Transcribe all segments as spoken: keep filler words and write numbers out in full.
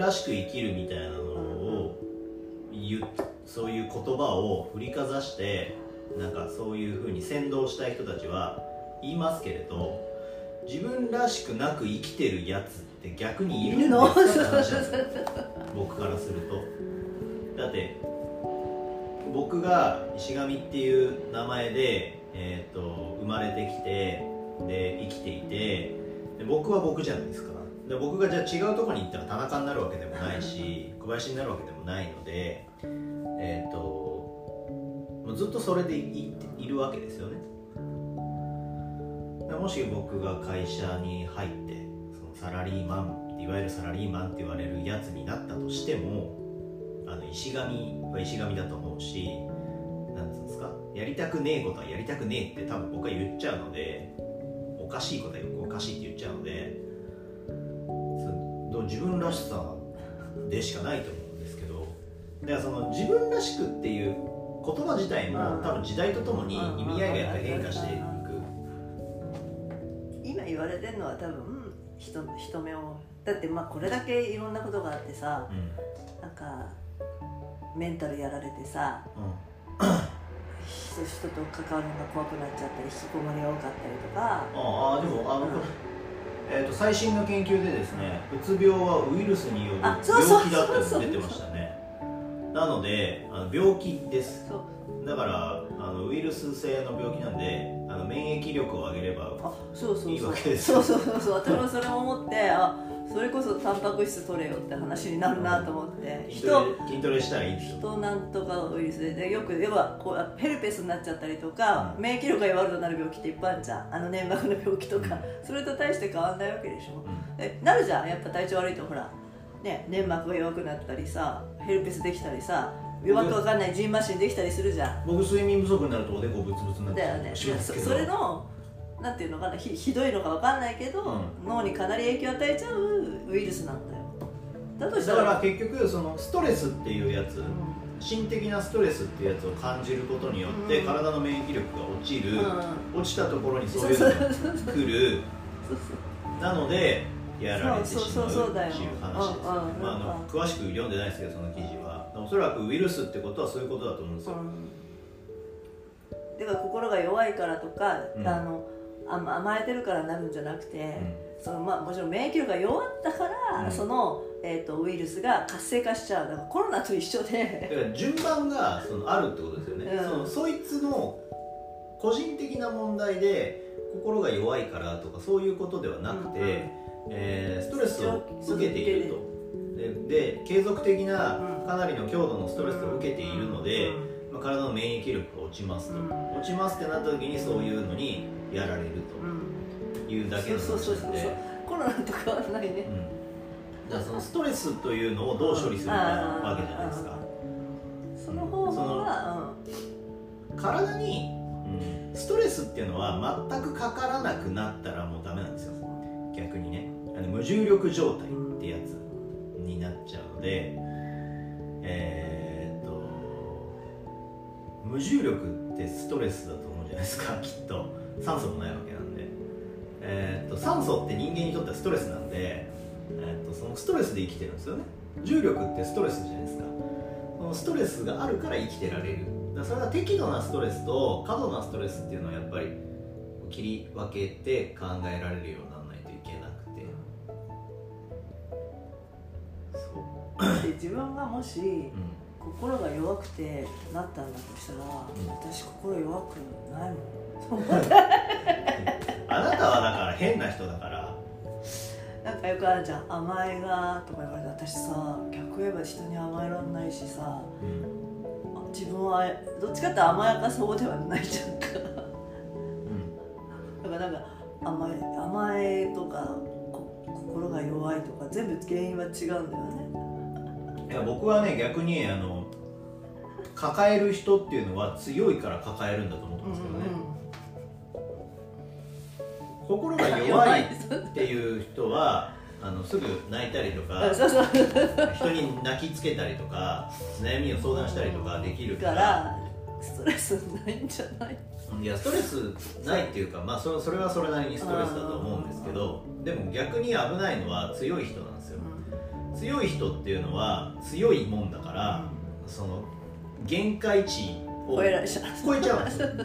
らしく生きるみたいなのを言う、そういう言葉を振りかざしてなんかそういう風に先導したい人たちは言いますけれど、自分らしくなく生きてるやつって逆にいるんですかって話なんですよ僕からすると。だって僕が石上っていう名前で、えー、と生まれてきてで生きていて、で僕は僕じゃないですか。で僕がじゃあ違うところに行ったら田中になるわけでもないし小林になるわけでもないので、えー、ともうずっとそれで い, いるわけですよね。でもし僕が会社に入ってそのサラリーマン、いわゆるサラリーマンって言われるやつになったとしても、あの石上は石上だと思うし、なんつうんですか、やりたくねえことはやりたくねえって多分僕は言っちゃうので、おかしいことはよくおかしいって言っちゃうので、自分らしさでしかないと思うんですけど、だからその自分らしくっていう言葉自体も多分時代とともに意味合いがやっぱり変化していく。 今言われてるのは多分 人, 人目をだってまあこれだけいろんなことがあってさ、うん、なんかメンタルやられてさ、うん、人, 人と関わるのが怖くなっちゃったり引きこもりが多かったりとか。ああでもあの、うんえー、と最新の研究でですね、うつ病はウイルスによる病気だっていうのが出てましたね。なのであの病気です。だからあのウイルス性の病気なんで、あの免疫力を上げればいいわけですよ。 そうそうそうそう、私もそれを思って、あそれこそタンパク質取れよって話になるなと思って、 うん、筋トレ、筋トレしたらいいんですよ。 人なんとかウイルス で, でよく要はこうヘルペスになっちゃったりとか、うん、免疫力が弱くなる病気っていっぱいあるじゃん。あの粘膜の病気とか、うん、それと大して変わんないわけでしょ、うん、でなるじゃん。やっぱ体調悪いとほら、ね、粘膜が弱くなったりさ、ヘルペスできたりさ、弱くわかんないジンマシンできたりするじゃん。 僕睡眠不足になるとおでこブツブツになってだよね。しますけど、それのなんていうのかな、 ひ, ひどいのかわかんないけど、うん、脳にかなり影響を与えちゃうウイルスなんだよ。 だとしたらだから結局そのストレスっていうやつ、うん、心的なストレスっていうやつを感じることによって、うん、体の免疫力が落ちる、うん、落ちたところにそういうのが来るなのでやられてしまうっていう話です。まあ、あの詳しく読んでないですけどその記事はおそらくウイルスってことはそういうことだと思うんですよ、うん、 だから心が弱いからとか、うん、あの甘えてるからなるんじゃなくて、うん、そのまあ、もちろん免疫力が弱ったから、うん、その、えーと、ウイルスが活性化しちゃう。だからコロナと一緒でだから順番がそのあるってことですよね、うん、そのそいつの個人的な問題で心が弱いからとかそういうことではなくて、うんうん、えー、ストレスを受けていると で, で継続的なかなりの強度のストレスを受けているので、まあ、体の免疫力が落ちますと、落ちますってなった時にそういうのにやられるというだけの話なんで、 コロナと変わらないね、 うん、だからそのストレスというのをどう処理するかわけじゃないですか。 その方法は、 うん、体に、うん、ストレスっていうのは全くかからなくなったらもうダメなんですよ。逆にね、あの無重力状態ってやつになっちゃうので、えー、っと無重力ってストレスだと思うじゃないですかきっと。酸素もないわけなんで、えー、っと酸素って人間にとってはストレスなんで、えー、っとそのストレスで生きてるんですよね。重力ってストレスじゃないですか。そのストレスがあるから生きてられる。だからそれは適度なストレスと過度なストレスっていうのはやっぱり切り分けて考えられるようにならないといけなくて、 そうで自分がもし、うん、心が弱くてなったんだとしたら、うん、私心弱くないもんあなたはだから変な人だから。 なんかよくあるじゃん、甘えがとか言われて、私さ逆言えば人に甘えらんないしさ、うん、自分はどっちかって甘やかそうではないじゃんか、うん、だからなんか甘え、甘えとか心が弱いとか全部原因は違うんだよね。 いや僕はね逆にあの抱える人っていうのは強いから抱えるんだと思ってますけどね、うんうん、心が弱いっていう人はあのすぐ泣いたりとか人に泣きつけたりとか悩みを相談したりとかできるから、 ストレスないんじゃない？ いやストレスないっていうか、まあ、そ, それはそれなりにストレスだと思うんですけど、でも逆に危ないのは強い人なんですよ。 強い人っていうのは強いもんだから、うん、その限界値を超えちゃうんですよそれはあるよ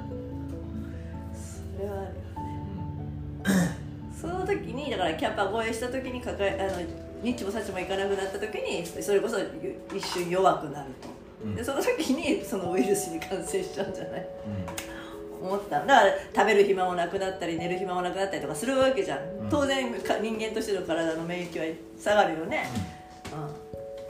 ね、うん、その時にだからキャパ超えした時に抱えあのニッチもサッチもいかなくなった時にそれこそ一瞬弱くなると、うん、でその時にそのウイルスに感染しちゃうんじゃない、うん、思っただから食べる暇もなくなったり寝る暇もなくなったりとかするわけじゃん、うん、当然人間としての体の免疫は下がるよね、うんうん、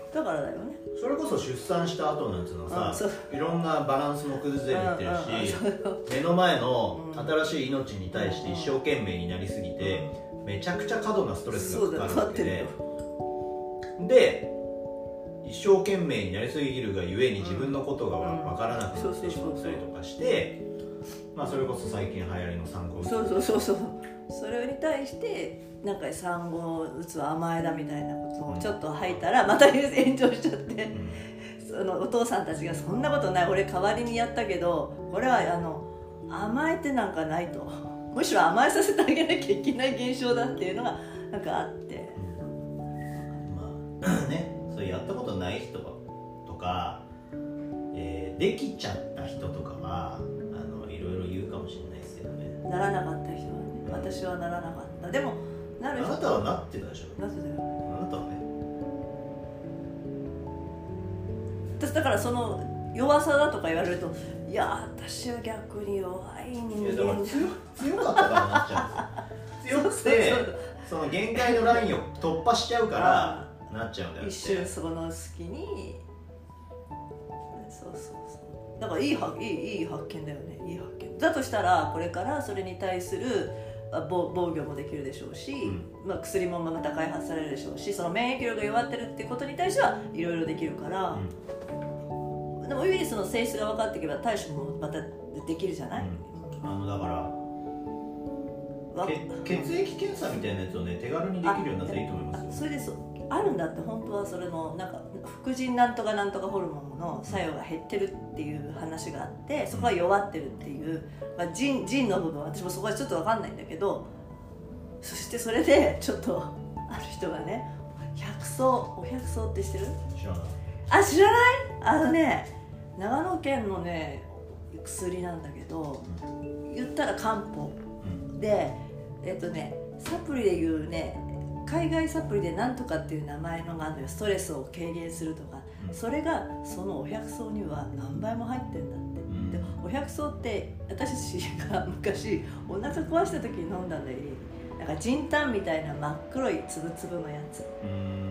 だからだよね。 それこそ出産した後なんていうのはさ、いろんなバランスも崩れてるし、目の前の新しい命に対して一生懸命になりすぎてめちゃくちゃ過度なストレスがかかるわけで、で一生懸命になりすぎるがゆえに自分のことが分からなくなってしまったりとかして、まあそれこそ最近流行りの産後うつ、 そうそうそうそう、それに対してなんか産後うつは甘えだみたいなことをちょっと吐いたらまた炎上しちゃって、うん、そのお父さんたちがそんなことない、俺代わりにやったけどこれはあの甘えてなんかないと、むしろ甘えさせてあげなきゃいけない現象だっていうのがなんかあって、 うん、まあね、それやったことない人とか、えー、できちゃった人とかはあのいろいろ言うかもしれないですけどね。 ならなかった人はね、私はならなかった。でもなる人、 あなたはなってたでしょ。 なってたよ。 あなたはね。 私だからその弱さだとか言われると、いや私は逆に弱い人間。いやだから 強, 強かったからなっちゃうんですよ。強くてその限界のラインを突破しちゃうからなっちゃうんだよ。 一瞬その隙に、そうそうそう。だからいい発いいいい発見だよね。いい発見。だとしたらこれからそれに対する防御もできるでしょうし、うん、まあ、薬もまた開発されるでしょうし、その免疫力が弱ってるっていうことに対してはいろいろできるから、うん、でもウイルスの性質が分かっていけば対処もまたできるじゃない、 うん、あのだから血液検査みたいなやつをね手軽にできるようになったらいいと思いますよ。 それですあるんだって、本当はそれのなんか副腎なんとかなんとかホルモンの作用が減ってるっていう話があって、そこは弱ってるっていう、まあ、腎, 腎の部分は私もそこはちょっと分かんないんだけど、そしてそれでちょっとある人がね、百草お百草って知ってる？ 知らない。 あ、知らない？あのね、長野県のね薬なんだけど、うん、言ったら漢方、うん、でえっとねサプリでいうね、海外サプリでなんとかっていう名前のがあるのよ。ストレスを軽減するとか、うん、それがそのお百草には何倍も入ってんだって、うん、でお百草って私たちが昔お腹壊した時に飲んだんだよ。なんかジンタンみたいな真っ黒いつぶつぶのやつ、うん、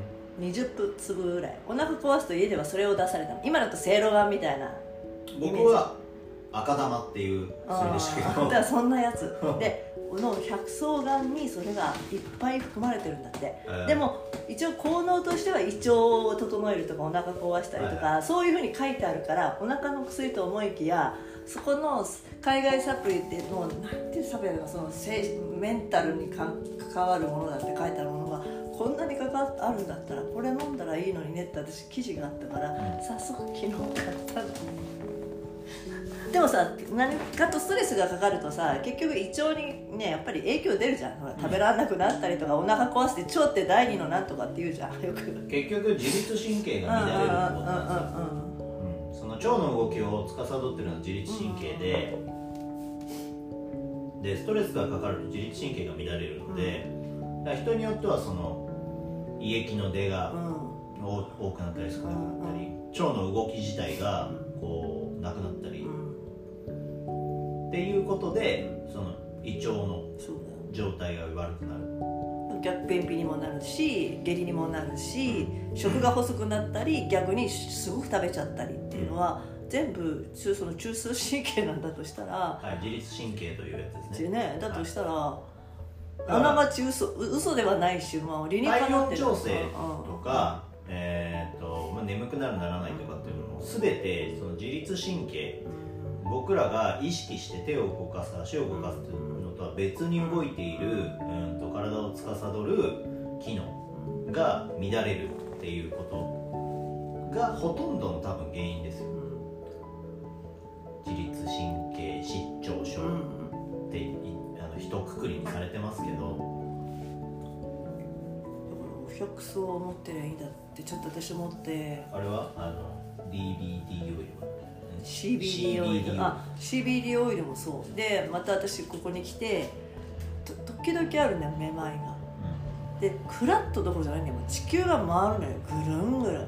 にじゅうつぶぐらい。お腹壊すと家ではそれを出されたの。今だとせいろがんみたいなイメージ。 僕は赤玉っていう薬でしたけど、 だからそんなやつでこの百草丸にそれがいっぱい含まれてるんだって、えー、でも一応効能としては胃腸を整えるとかお腹壊したりとか、はい、そういうふうに書いてあるから、お腹の薬と思いきやそこの海外サプリってもうなんていうサプリだろう、そのメンタルに関わるものだって書いてあるものがこんなに関わってあるんだったらこれ飲んだらいいのにねって私記事があったから、うん、早速昨日買ったの。でもさ、何かとストレスがかかるとさ、結局胃腸にねやっぱり影響出るじゃん。ほら食べられなくなったりとか、お腹壊して腸って第二のなんとかって言うじゃん、よく。 結局自律神経が乱れるってことなんですよ。その腸の動きを司ってるのは自律神経で、うん、でストレスがかかると自律神経が乱れるので、うん、だから人によってはその胃液の出が多くなったり少なくなったり、うん、腸の動き自体がこうなくなったり、うん、っていうことでその胃腸の状態が悪くなる。 逆便秘にもなるし、下痢にもなるし、食が細くなったり、逆にすごく食べちゃったりっていうのは、うん、全部その中枢神経なんだとしたら、 はい、自律神経というやつですね。 ね、だとしたら、はい、あながち嘘嘘ではないし、まあ、理にかなってる。 体温調整とか、うん、えーとまあ、眠くなるならないとかっていうのも全てその自律神経、うん、僕らが意識して手を動かす足を動かすというのとは別に動いている、うん、と体を司る機能が乱れるっていうことがほとんどの多分原因ですよ。自律神経失調症ってあの一括りにされてますけど、 百層を持ってりゃいいんだってちょっと私思って。 あれはあの ディービーディー オイルはシービーディー オイル、あ シービーディー オイルもそうで、また私ここに来てと時々あるんだよめまいが、うん、でクラッとどころじゃないんだよ、地球が回るのよ、ぐるんぐるん、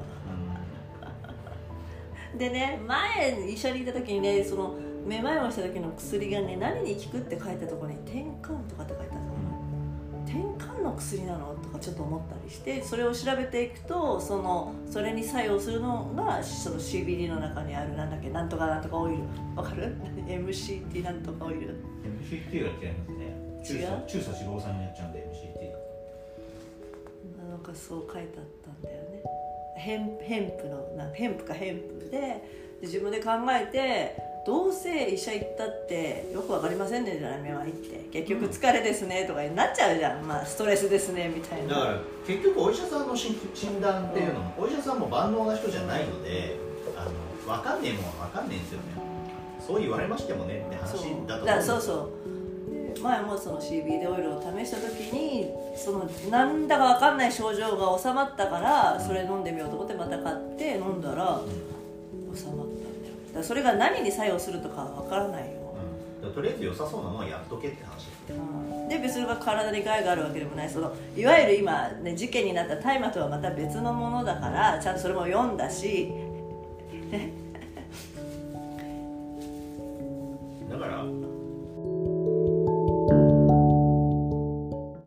うん、でね、前医者にいた時にね、そのめまいをした時の薬がね、何に効くって書いたところに転換とかって書いてあるの、うん、転換の薬なのとかちょっと思ったりして、それを調べていくと、そのそれに作用するのがその シービーディー の中にあるなんだっけ、なんとかなんとかオイル、わかる？エムシーティー なんとかオイル。 エムシーティー は違いますね。中鎖中鎖脂肪酸になっちゃうんで エムシーティーなんかそう書いてあったんだよね。ヘンヘンプのなんヘンプかヘンプ で, で自分で考えて、どうせ医者行ったってよくわかりませんねじゃない、めまいって結局疲れですねとかになっちゃうじゃん、まあ、ストレスですねみたいな。 だから結局お医者さんの診断っていうのも、うん、お医者さんも万能な人じゃないので、あの分かんねえもんは分かんねえんですよね。そう言われましてもねって話だと思うんですよ。だからそうそう前もその シービーディー オイルを試した時に、そのなんだか分かんない症状が収まったから、それ飲んでみようと思ってまた買って飲んだら収まったんだよ。だからそれが何に作用するとかは分からないよ、 うん、とりあえず良さそうなものはやっとけって話ですよ、 うん、で別にそれが体に害があるわけでもない。そのいわゆる今、ね、事件になった大麻とはまた別のものだから、ちゃんとそれも読んだし、ね、